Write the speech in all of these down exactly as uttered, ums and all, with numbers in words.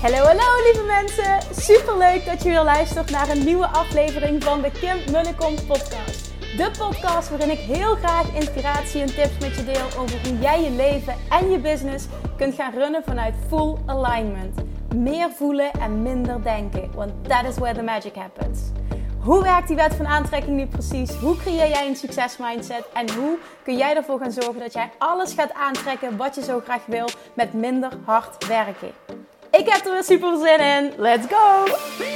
Hallo, hallo lieve mensen! Super leuk dat je weer luistert naar een nieuwe aflevering van de Kim Munnekom podcast. De podcast waarin ik heel graag inspiratie en tips met je deel over hoe jij je leven en je business kunt gaan runnen vanuit full alignment. Meer voelen en minder denken, want that is where the magic happens. Hoe werkt die wet van aantrekking nu precies? Hoe creëer jij een succesmindset? En hoe kun jij ervoor gaan zorgen dat jij alles gaat aantrekken wat je zo graag wil met minder hard werken? Ik heb er weer super zin in. Let's go!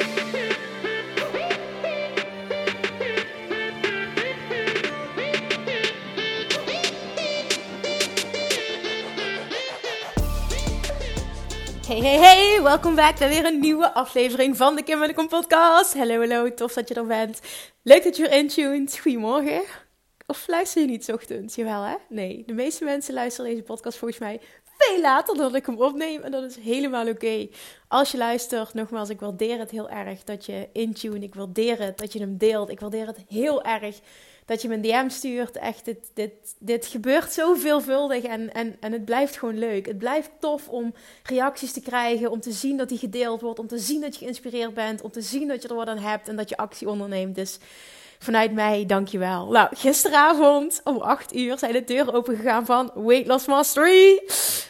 Hey, hey, hey! Welkom back bij weer een nieuwe aflevering van de Kim Munnekom podcast. Hallo, hallo. Tof dat je er bent. Leuk dat je weer intuned. Goedemorgen. Of luister je niet 's ochtends? Jawel, hè? Nee, de meeste mensen luisteren deze podcast volgens mij veel later dan ik hem opneem. En dat is helemaal oké. Okay. Als je luistert, nogmaals, ik waardeer het heel erg dat je intune. Ik waardeer het dat je hem deelt. Ik waardeer het heel erg dat je me een D M stuurt. Echt, dit, dit, dit gebeurt zo veelvuldig en, en, en het blijft gewoon leuk. Het blijft tof om reacties te krijgen, om te zien dat die gedeeld wordt, om te zien dat je geïnspireerd bent, om te zien dat je er wat aan hebt en dat je actie onderneemt. Dus vanuit mij, dankjewel. Nou, gisteravond om acht uur zijn de deuren open gegaan van Weight Loss Mastery.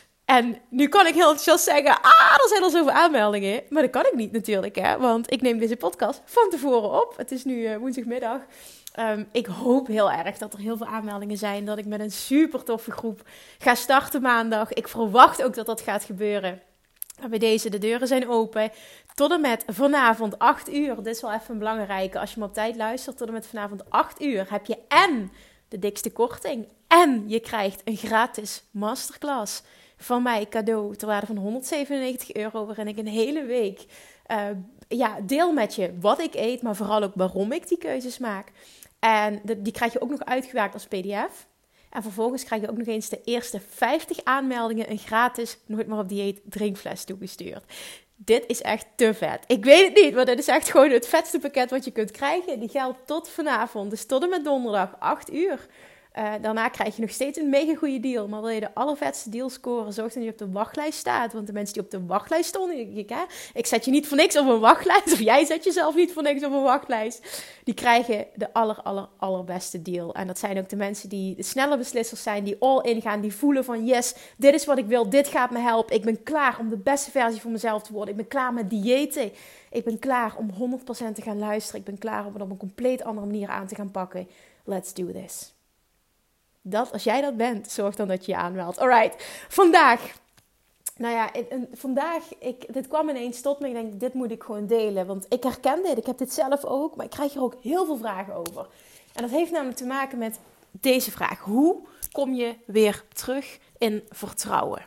En nu kan ik heel enthousiast zeggen, ah, er zijn al zoveel aanmeldingen. Maar dat kan ik niet natuurlijk, hè. Want ik neem deze podcast van tevoren op. Het is nu uh, woensdagmiddag. Um, ik hoop heel erg dat er heel veel aanmeldingen zijn. Dat ik met een super toffe groep ga starten maandag. Ik verwacht ook dat dat gaat gebeuren. Maar bij deze, de deuren zijn open. Tot en met vanavond acht uur. Dit is wel even een belangrijke. Als je me op tijd luistert, tot en met vanavond acht uur heb je en de dikste korting. En je krijgt een gratis masterclass van mij cadeau ter waarde van honderdzevenennegentig euro. Waarin ik een hele week uh, ja, deel met je wat ik eet. Maar vooral ook waarom ik die keuzes maak. En de, die krijg je ook nog uitgewerkt als P D F. En vervolgens krijg je ook nog eens de eerste vijftig aanmeldingen een gratis Nooit meer op dieet drinkfles toegestuurd. Dit is echt te vet. Ik weet het niet, maar dit is echt gewoon het vetste pakket wat je kunt krijgen. Die geldt tot vanavond, dus tot en met donderdag, acht uur. Uh, daarna krijg je nog steeds een mega goede deal. Maar wil je de allervetste deal scoren, zorg dat je op de wachtlijst staat. Want de mensen die op de wachtlijst stonden, ik, hè, ik zet je niet voor niks op een wachtlijst. Of jij zet jezelf niet voor niks op een wachtlijst. Die krijgen de aller, aller, allerbeste deal. En dat zijn ook de mensen die de snelle beslissers zijn. Die all in gaan, die voelen van yes, dit is wat ik wil. Dit gaat me helpen. Ik ben klaar om de beste versie van mezelf te worden. Ik ben klaar met diëten. Ik ben klaar om honderd procent te gaan luisteren. Ik ben klaar om het op een compleet andere manier aan te gaan pakken. Let's do this. Dat, als jij dat bent, zorg dan dat je je aanmeldt. Alright, vandaag. Nou ja, en, en, vandaag, ik, dit kwam ineens tot me. Ik denk, dit moet ik gewoon delen. Want ik herken dit, ik heb dit zelf ook. Maar ik krijg hier ook heel veel vragen over. En dat heeft namelijk te maken met deze vraag. Hoe kom je weer terug in vertrouwen?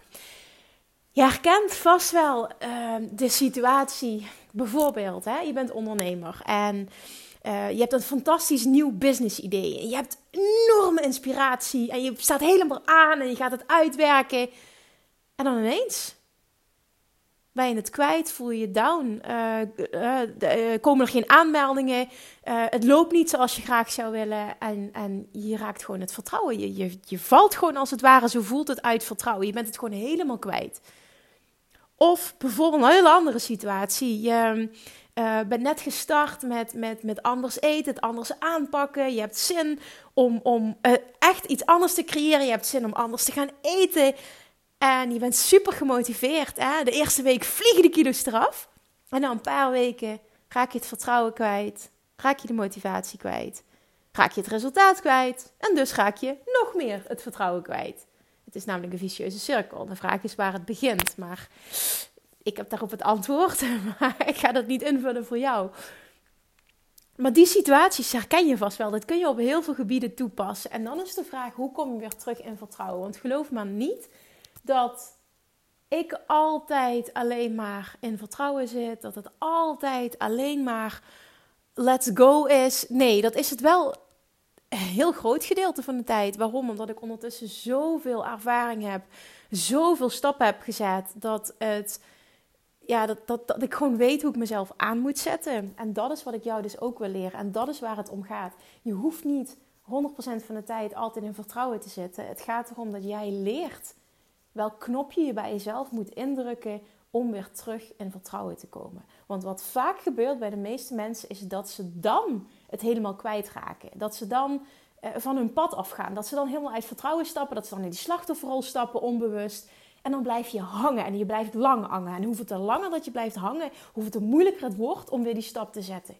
Je herkent vast wel uh, de situatie. Bijvoorbeeld, hè, je bent ondernemer en Uh, je hebt een fantastisch nieuw business idee. En je hebt enorme inspiratie. En je staat helemaal aan en je gaat het uitwerken. En dan ineens ben je het kwijt, voel je je down. Uh, uh, uh, komen er geen aanmeldingen. Uh, het loopt niet zoals je graag zou willen. En, en je raakt gewoon het vertrouwen. Je, je, je valt gewoon als het ware, zo voelt het uit vertrouwen. Je bent het gewoon helemaal kwijt. Of bijvoorbeeld een hele andere situatie. Je Uh, bent net gestart met, met, met anders eten, het anders aanpakken. Je hebt zin om, om uh, echt iets anders te creëren. Je hebt zin om anders te gaan eten. En je bent super gemotiveerd. Hè? De eerste week vliegen de kilo's eraf. En na een paar weken raak je het vertrouwen kwijt. Raak je de motivatie kwijt. Raak je het resultaat kwijt. En dus raak je nog meer het vertrouwen kwijt. Het is namelijk een vicieuze cirkel. De vraag is waar het begint. Maar ik heb daarop het antwoord, maar ik ga dat niet invullen voor jou. Maar die situaties herken je vast wel. Dat kun je op heel veel gebieden toepassen. En dan is de vraag, hoe kom je weer terug in vertrouwen? Want geloof me niet dat ik altijd alleen maar in vertrouwen zit. Dat het altijd alleen maar let's go is. Nee, dat is het wel een heel groot gedeelte van de tijd. Waarom? Omdat ik ondertussen zoveel ervaring heb. Zoveel stappen heb gezet. Dat het... Ja, dat, dat, dat ik gewoon weet hoe ik mezelf aan moet zetten. En dat is wat ik jou dus ook wil leren. En dat is waar het om gaat. Je hoeft niet honderd procent van de tijd altijd in vertrouwen te zitten. Het gaat erom dat jij leert welk knopje je bij jezelf moet indrukken om weer terug in vertrouwen te komen. Want wat vaak gebeurt bij de meeste mensen is dat ze dan het helemaal kwijtraken. Dat ze dan uh, van hun pad afgaan. Dat ze dan helemaal uit vertrouwen stappen. Dat ze dan in die slachtofferrol stappen, onbewust. En dan blijf je hangen en je blijft lang hangen. En hoeveel te langer dat je blijft hangen, hoeveel te moeilijker het wordt om weer die stap te zetten.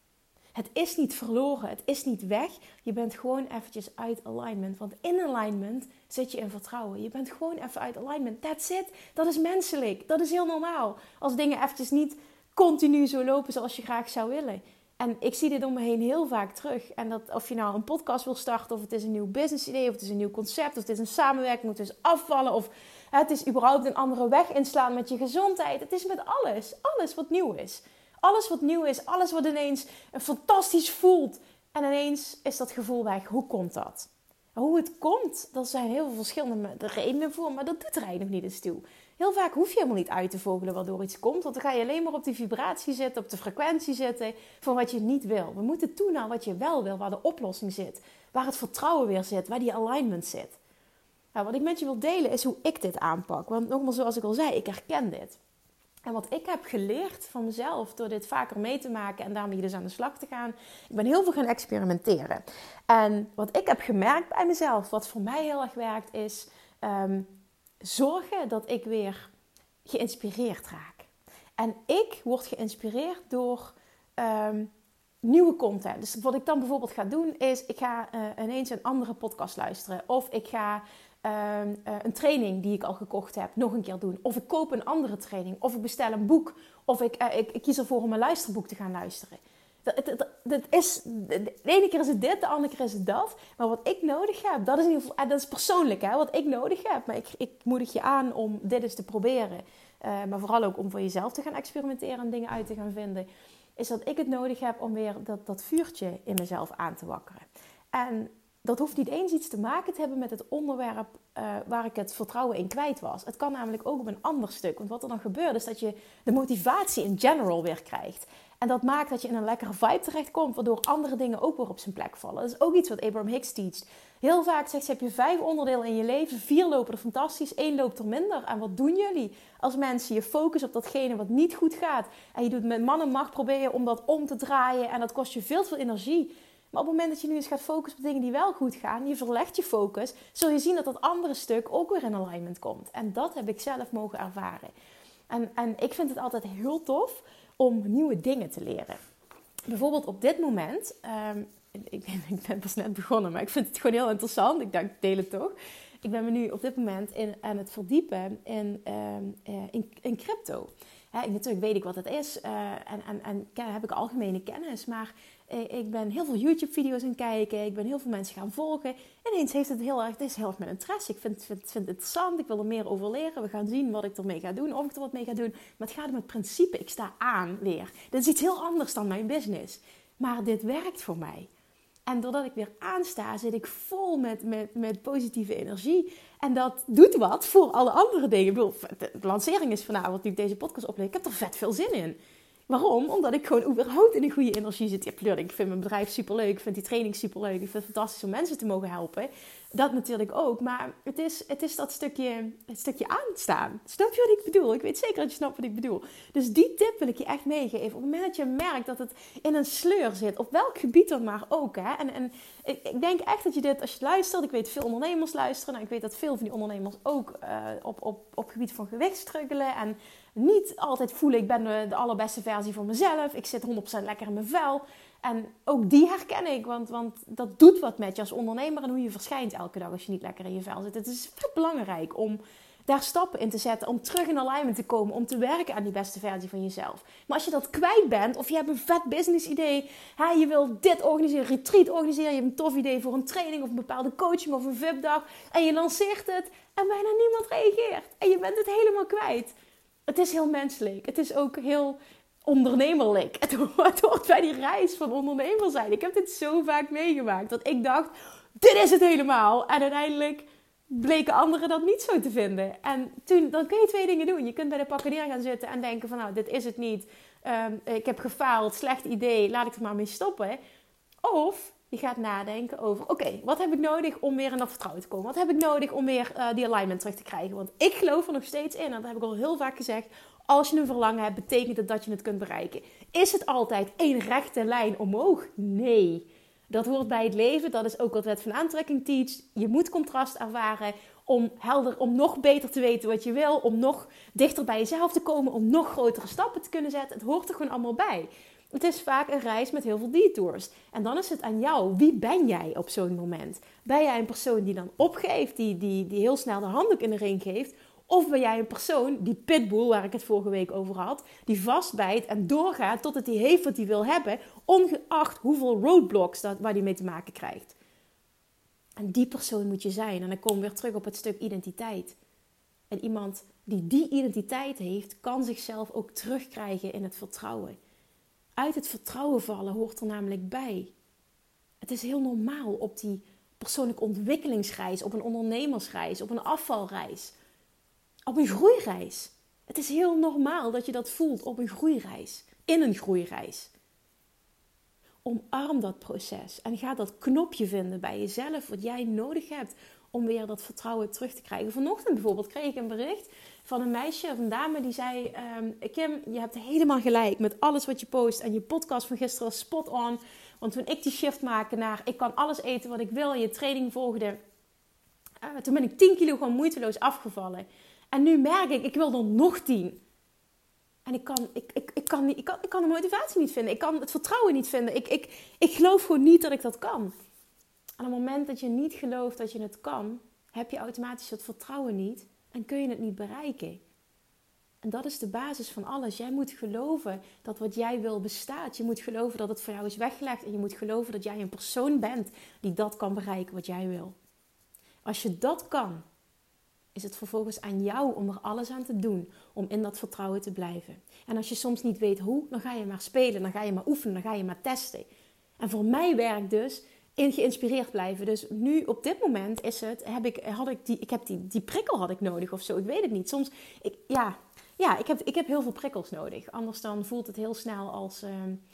Het is niet verloren, het is niet weg. Je bent gewoon eventjes uit alignment. Want in alignment zit je in vertrouwen. Je bent gewoon even uit alignment. That's it. Dat is menselijk. Dat is heel normaal. Als dingen eventjes niet continu zo lopen zoals je graag zou willen. En ik zie dit om me heen heel vaak terug. En dat of je nou een podcast wil starten, of het is een nieuw business idee, of het is een nieuw concept, of het is een samenwerking, of het is afvallen, of het is überhaupt een andere weg inslaan met je gezondheid. Het is met alles. Alles wat nieuw is. Alles wat nieuw is, alles wat ineens fantastisch voelt. En ineens is dat gevoel weg. Hoe komt dat? Hoe het komt, er zijn heel veel verschillende redenen voor, maar dat doet er eigenlijk nog niet eens toe. Heel vaak hoef je helemaal niet uit te vogelen waardoor iets komt, want dan ga je alleen maar op die vibratie zitten, op de frequentie zitten van wat je niet wil. We moeten toe naar wat je wel wil, waar de oplossing zit, waar het vertrouwen weer zit, waar die alignment zit. Nou, wat ik met je wil delen is hoe ik dit aanpak, want nogmaals zoals ik al zei, ik herken dit. En wat ik heb geleerd van mezelf door dit vaker mee te maken en daarmee dus aan de slag te gaan. Ik ben heel veel gaan experimenteren. En wat ik heb gemerkt bij mezelf, wat voor mij heel erg werkt, is um, zorgen dat ik weer geïnspireerd raak. En ik word geïnspireerd door um, nieuwe content. Dus wat ik dan bijvoorbeeld ga doen is, ik ga uh, ineens een andere podcast luisteren. Of ik ga Uh, uh, een training die ik al gekocht heb nog een keer doen. Of ik koop een andere training. Of ik bestel een boek. Of ik, uh, ik, ik kies ervoor om een luisterboek te gaan luisteren. Dat, dat, dat is, de ene keer is het dit, de andere keer is het dat. Maar wat ik nodig heb, dat is in ieder geval, dat is persoonlijk, hè, wat ik nodig heb. Maar ik, ik moedig je aan om dit eens te proberen. Uh, maar vooral ook om voor jezelf te gaan experimenteren en dingen uit te gaan vinden. Is dat ik het nodig heb om weer dat, dat vuurtje in mezelf aan te wakkeren. En dat hoeft niet eens iets te maken te hebben met het onderwerp uh, waar ik het vertrouwen in kwijt was. Het kan namelijk ook op een ander stuk. Want wat er dan gebeurt is dat je de motivatie in general weer krijgt. En dat maakt dat je in een lekkere vibe terechtkomt, waardoor andere dingen ook weer op zijn plek vallen. Dat is ook iets wat Abraham Hicks teacht. Heel vaak zegt ze, heb je vijf onderdelen in je leven, vier lopen er fantastisch, één loopt er minder. En wat doen jullie als mensen? Je focus op datgene wat niet goed gaat. En je doet met man en macht proberen om dat om te draaien. En dat kost je veel, veel energie. Maar op het moment dat je nu eens gaat focussen op dingen die wel goed gaan, je verlegt je focus, zul je zien dat dat andere stuk ook weer in alignment komt. En dat heb ik zelf mogen ervaren. En, en ik vind het altijd heel tof om nieuwe dingen te leren. Bijvoorbeeld op dit moment, um, ik, ben, ik ben pas net begonnen, maar ik vind het gewoon heel interessant. Ik denk, ik deel het toch. Ik ben me nu op dit moment in, aan het verdiepen in, um, in, in crypto. He, natuurlijk weet ik wat het is uh, en, en, en ken, heb ik algemene kennis, maar uh, ik ben heel veel YouTube-video's aan het kijken, ik ben heel veel mensen gaan volgen. Ineens heeft het heel erg, het is heel erg mijn interesse. Ik vind, vind, vind het interessant, ik wil er meer over leren. We gaan zien wat ik ermee ga doen, of ik er wat mee ga doen. Maar het gaat om het principe, ik sta aan weer. Dit is iets heel anders dan mijn business, maar dit werkt voor mij. En doordat ik weer aansta, zit ik vol met, met, met positieve energie. En dat doet wat voor alle andere dingen. Ik bedoel, de lancering is vanavond, nu ik deze podcast opneem. Ik heb er vet veel zin in. Waarom? Omdat ik gewoon überhaupt in een goede energie zit. Ja, ik vind mijn bedrijf superleuk. Ik vind die training superleuk. Ik vind het fantastisch om mensen te mogen helpen. Dat natuurlijk ook. Maar het is, het is dat stukje, het stukje aanstaan. Snap je wat ik bedoel? Ik weet zeker dat je snapt wat ik bedoel. Dus die tip wil ik je echt meegeven. Op het moment dat je merkt dat het in een sleur zit. Op welk gebied dan maar ook. Hè? En, en ik, ik denk echt dat je dit, als je luistert. Ik weet veel ondernemers luisteren. Nou, ik weet dat veel van die ondernemers ook uh, op, op, op gebied van gewicht struggelen. En niet altijd voelen, ik ben de, de allerbeste versie van mezelf. Ik zit honderd procent lekker in mijn vel. En ook die herken ik, want, want dat doet wat met je als ondernemer en hoe je verschijnt elke dag als je niet lekker in je vel zit. Het is vet belangrijk om daar stappen in te zetten, om terug in alignment te komen, om te werken aan die beste versie van jezelf. Maar als je dat kwijt bent, of je hebt een vet business idee, hè, je wil dit organiseren, retreat organiseren, je hebt een tof idee voor een training of een bepaalde coaching of een V I P-dag, en je lanceert het en bijna niemand reageert. En je bent het helemaal kwijt. Het is heel menselijk. Het is ook heel ondernemerlijk. Het hoort, het hoort bij die reis van ondernemer zijn. Ik heb dit zo vaak meegemaakt. Dat ik dacht, dit is het helemaal. En uiteindelijk bleken anderen dat niet zo te vinden. En toen, dan kun je twee dingen doen. Je kunt bij de pakkenier gaan zitten en denken van, nou, dit is het niet. Um, ik heb gefaald, slecht idee, laat ik er maar mee stoppen. Of Je gaat nadenken over, oké, okay, wat heb ik nodig om weer in dat vertrouwen te komen? Wat heb ik nodig om weer uh, die alignment terug te krijgen? Want ik geloof er nog steeds in, en dat heb ik al heel vaak gezegd. Als je een verlangen hebt, betekent het dat je het kunt bereiken. Is het altijd één rechte lijn omhoog? Nee. Dat hoort bij het leven. Dat is ook wat wet van aantrekking teacht. Je moet contrast ervaren om helder, om nog beter te weten wat je wil. Om nog dichter bij jezelf te komen. Om nog grotere stappen te kunnen zetten. Het hoort er gewoon allemaal bij. Het is vaak een reis met heel veel detours. En dan is het aan jou. Wie ben jij op zo'n moment? Ben jij een persoon die dan opgeeft? Die, die, die heel snel de handdoek in de ring geeft? Of ben jij een persoon, die pitbull waar ik het vorige week over had, die vastbijt en doorgaat totdat hij heeft wat hij wil hebben, ongeacht hoeveel roadblocks dat, waar hij mee te maken krijgt. En die persoon moet je zijn. En dan komen we weer terug op het stuk identiteit. En iemand die die identiteit heeft, kan zichzelf ook terugkrijgen in het vertrouwen. Uit het vertrouwen vallen hoort er namelijk bij. Het is heel normaal op die persoonlijke ontwikkelingsreis, op een ondernemersreis, op een afvalreis, op een groeireis. Het is heel normaal dat je dat voelt op een groeireis, in een groeireis. Omarm dat proces en ga dat knopje vinden bij jezelf wat jij nodig hebt om weer dat vertrouwen terug te krijgen. Vanochtend bijvoorbeeld kreeg ik een bericht van een meisje of een dame die zei, um, Kim, je hebt helemaal gelijk met alles wat je post en je podcast van gisteren was spot on. Want toen ik die shift maakte naar ik kan alles eten wat ik wil en je training volgde, uh, toen ben ik tien kilo gewoon moeiteloos afgevallen. En nu merk ik, ik wil er nog tien. En ik kan, ik, ik, ik, kan niet, ik, kan, ik kan de motivatie niet vinden. Ik kan het vertrouwen niet vinden. Ik, ik, ik geloof gewoon niet dat ik dat kan. En op het moment dat je niet gelooft dat je het kan, heb je automatisch het vertrouwen niet en kun je het niet bereiken. En dat is de basis van alles. Jij moet geloven dat wat jij wil bestaat. Je moet geloven dat het voor jou is weggelegd. En je moet geloven dat jij een persoon bent die dat kan bereiken wat jij wil. Als je dat kan, is het vervolgens aan jou om er alles aan te doen om in dat vertrouwen te blijven. En als je soms niet weet hoe, dan ga je maar spelen, dan ga je maar oefenen, dan ga je maar testen. En voor mij werkt dus in geïnspireerd blijven. Dus nu op dit moment is het, heb ik, had ik die, ik heb die, die prikkel had ik nodig of zo. Ik weet het niet. Soms, ik, ja, ja ik, heb, ik heb heel veel prikkels nodig. Anders dan voelt het heel snel als, uh,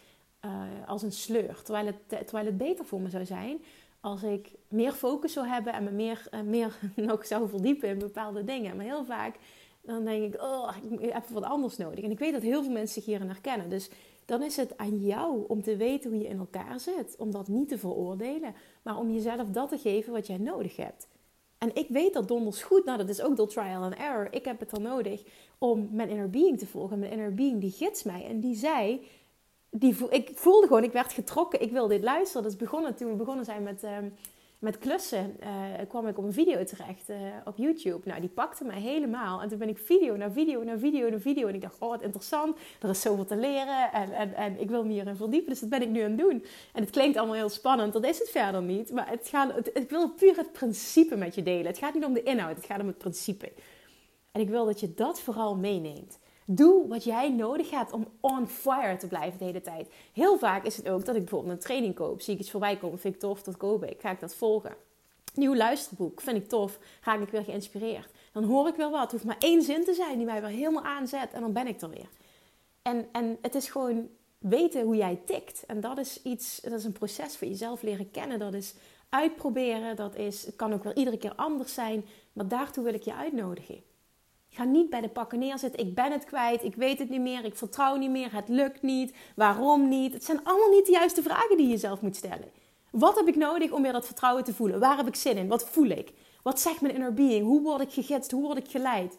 uh, als een sleur. Terwijl het, terwijl het beter voor me zou zijn als ik meer focus zou hebben en me meer, uh, meer nog zou verdiepen in bepaalde dingen. Maar heel vaak dan denk ik, oh, ik heb wat anders nodig. En ik weet dat heel veel mensen zich hierin herkennen. Dus dan is het aan jou om te weten hoe je in elkaar zit. Om dat niet te veroordelen, maar om jezelf dat te geven wat jij nodig hebt. En ik weet dat donders goed, nou dat is ook door trial and error. Ik heb het dan nodig om mijn inner being te volgen. Mijn inner being die gids mij en die zei, die, ik voelde gewoon, ik werd getrokken, ik wil dit luisteren. Dat is begonnen toen we begonnen zijn met, uh, met klussen. Uh, kwam ik op een video terecht uh, op YouTube. Nou, die pakte mij helemaal. En toen ben ik video na video na video na video. En ik dacht, oh wat interessant. Er is zoveel te leren. En, en, en ik wil me hierin verdiepen. Dus dat ben ik nu aan het doen. En het klinkt allemaal heel spannend. Dat is het verder niet. Maar het gaat, het, ik wil puur het principe met je delen. Het gaat niet om de inhoud. Het gaat om het principe. En ik wil dat je dat vooral meeneemt. Doe wat jij nodig hebt om on fire te blijven de hele tijd. Heel vaak is het ook dat ik bijvoorbeeld een training koop. Zie ik iets voorbij komen, vind ik tof, dat koop ik. Ga ik dat volgen. Nieuw luisterboek, vind ik tof. Raak ik weer geïnspireerd. Dan hoor ik weer wat. Het hoeft maar één zin te zijn die mij weer helemaal aanzet. En dan ben ik er weer. En, en het is gewoon weten hoe jij tikt. En dat is iets, dat is een proces voor jezelf leren kennen. Dat is uitproberen. Dat is, het kan ook weer iedere keer anders zijn. Maar daartoe wil ik je uitnodigen. Ga niet bij de pakken neerzitten. Ik ben het kwijt. Ik weet het niet meer. Ik vertrouw niet meer. Het lukt niet. Waarom niet? Het zijn allemaal niet de juiste vragen die je jezelf moet stellen. Wat heb ik nodig om weer dat vertrouwen te voelen? Waar heb ik zin in? Wat voel ik? Wat zegt mijn inner being? Hoe word ik gegidst? Hoe word ik geleid?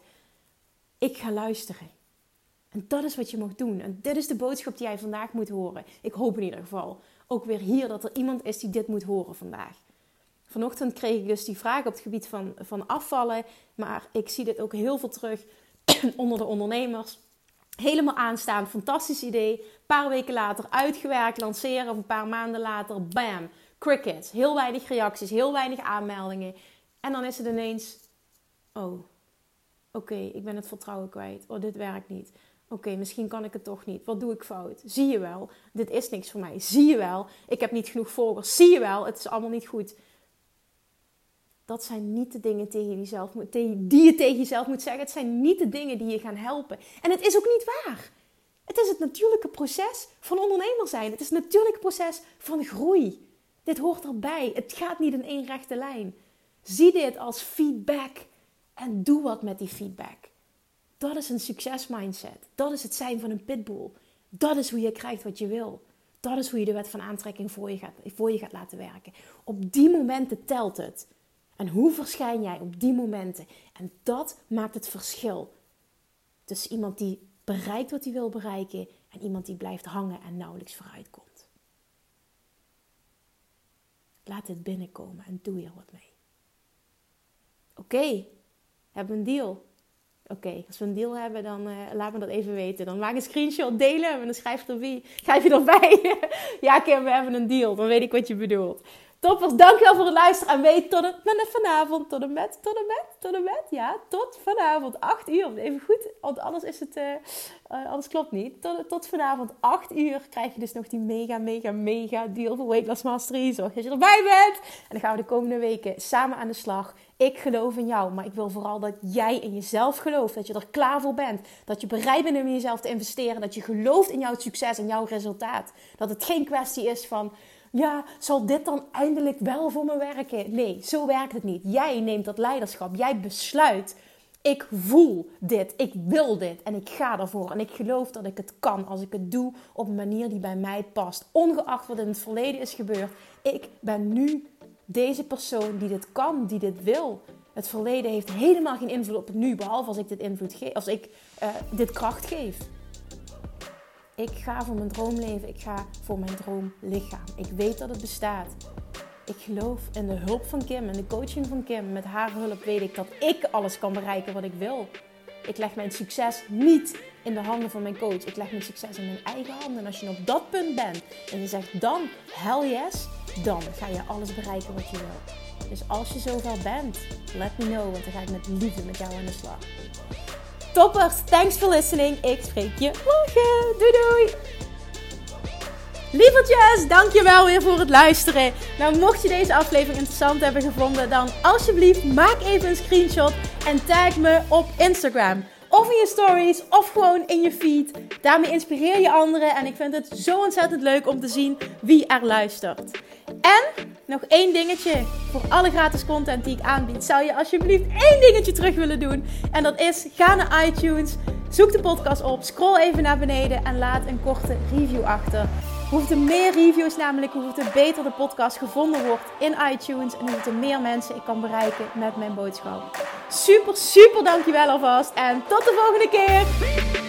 Ik ga luisteren. En dat is wat je mag doen. En dit is de boodschap die jij vandaag moet horen. Ik hoop in ieder geval ook weer hier dat er iemand is die dit moet horen vandaag. Vanochtend kreeg ik dus die vraag op het gebied van, van afvallen. Maar ik zie dit ook heel veel terug onder de ondernemers. Helemaal aanstaan, fantastisch idee. Een paar weken later uitgewerkt, lanceren of een paar maanden later, bam, crickets. Heel weinig reacties, heel weinig aanmeldingen. En dan is het ineens, oh, oké, okay, ik ben het vertrouwen kwijt. Oh, dit werkt niet. Oké, okay, misschien kan ik het toch niet. Wat doe ik fout? Zie je wel, dit is niks voor mij. Zie je wel, ik heb niet genoeg volgers. Zie je wel, het is allemaal niet goed. Dat zijn niet de dingen tegen jezelf, die je tegen jezelf moet zeggen. Het zijn niet de dingen die je gaan helpen. En het is ook niet waar. Het is het natuurlijke proces van ondernemer zijn. Het is het natuurlijke proces van groei. Dit hoort erbij. Het gaat niet in één rechte lijn. Zie dit als feedback en doe wat met die feedback. Dat is een succesmindset. Dat is het zijn van een pitbull. Dat is hoe je krijgt wat je wil. Dat is hoe je de wet van aantrekking voor je gaat, voor je gaat laten werken. Op die momenten telt het. En hoe verschijn jij op die momenten? En dat maakt het verschil. Tussen iemand die bereikt wat hij wil bereiken en iemand die blijft hangen en nauwelijks vooruit komt. Laat het binnenkomen en doe er wat mee. Oké, okay, hebben we een deal? Oké, okay, als we een deal hebben, dan uh, laat me dat even weten. Dan maak een screenshot, delen en dan schrijf je, erbij, schrijf je erbij. Ja Kim, we hebben een deal. Dan weet ik wat je bedoelt. Toppers, dankjewel voor het luisteren. En weet tot en met vanavond, tot en met, tot en met, tot en met. Ja, tot vanavond, acht uur. Even goed, want anders is het, uh, uh, anders klopt niet. Tot, tot vanavond, acht uur, krijg je dus nog die mega, mega, mega deal voor Weight Loss Mastery. Zorg dat je erbij bent. En dan gaan we de komende weken samen aan de slag. Ik geloof in jou, maar ik wil vooral dat jij in jezelf gelooft. Dat je er klaar voor bent. Dat je bereid bent om in jezelf te investeren. Dat je gelooft in jouw succes en jouw resultaat. Dat het geen kwestie is van, ja, zal dit dan eindelijk wel voor me werken? Nee, zo werkt het niet. Jij neemt dat leiderschap. Jij besluit, ik voel dit, ik wil dit en ik ga ervoor. En ik geloof dat ik het kan als ik het doe op een manier die bij mij past. Ongeacht wat in het verleden is gebeurd. Ik ben nu deze persoon die dit kan, die dit wil. Het verleden heeft helemaal geen invloed op het nu, behalve als ik dit invloed geef, als ik uh, dit kracht geef. Ik ga voor mijn droomleven, ik ga voor mijn droomlichaam. Ik weet dat het bestaat. Ik geloof in de hulp van Kim en de coaching van Kim. Met haar hulp weet ik dat ik alles kan bereiken wat ik wil. Ik leg mijn succes niet in de handen van mijn coach. Ik leg mijn succes in mijn eigen handen. En als je op dat punt bent en je zegt dan, hell yes, dan ga je alles bereiken wat je wil. Dus als je zover bent, let me know, want dan ga ik met liefde met jou aan de slag. Toppers, thanks for listening. Ik spreek je morgen. Doei doei. Lievertjes, dankjewel weer voor het luisteren. Nou, mocht je deze aflevering interessant hebben gevonden, dan alsjeblieft maak even een screenshot en tag me op Instagram. Of in je stories, of gewoon in je feed. Daarmee inspireer je anderen en ik vind het zo ontzettend leuk om te zien wie er luistert. En nog één dingetje. Voor alle gratis content die ik aanbied, zou je alsjeblieft één dingetje terug willen doen. En dat is, ga naar iTunes, zoek de podcast op, scroll even naar beneden en laat een korte review achter. Hoe er meer reviews namelijk, hoe er beter de podcast gevonden wordt in iTunes. En hoe er meer mensen ik kan bereiken met mijn boodschap. Super, super dankjewel alvast. En tot de volgende keer.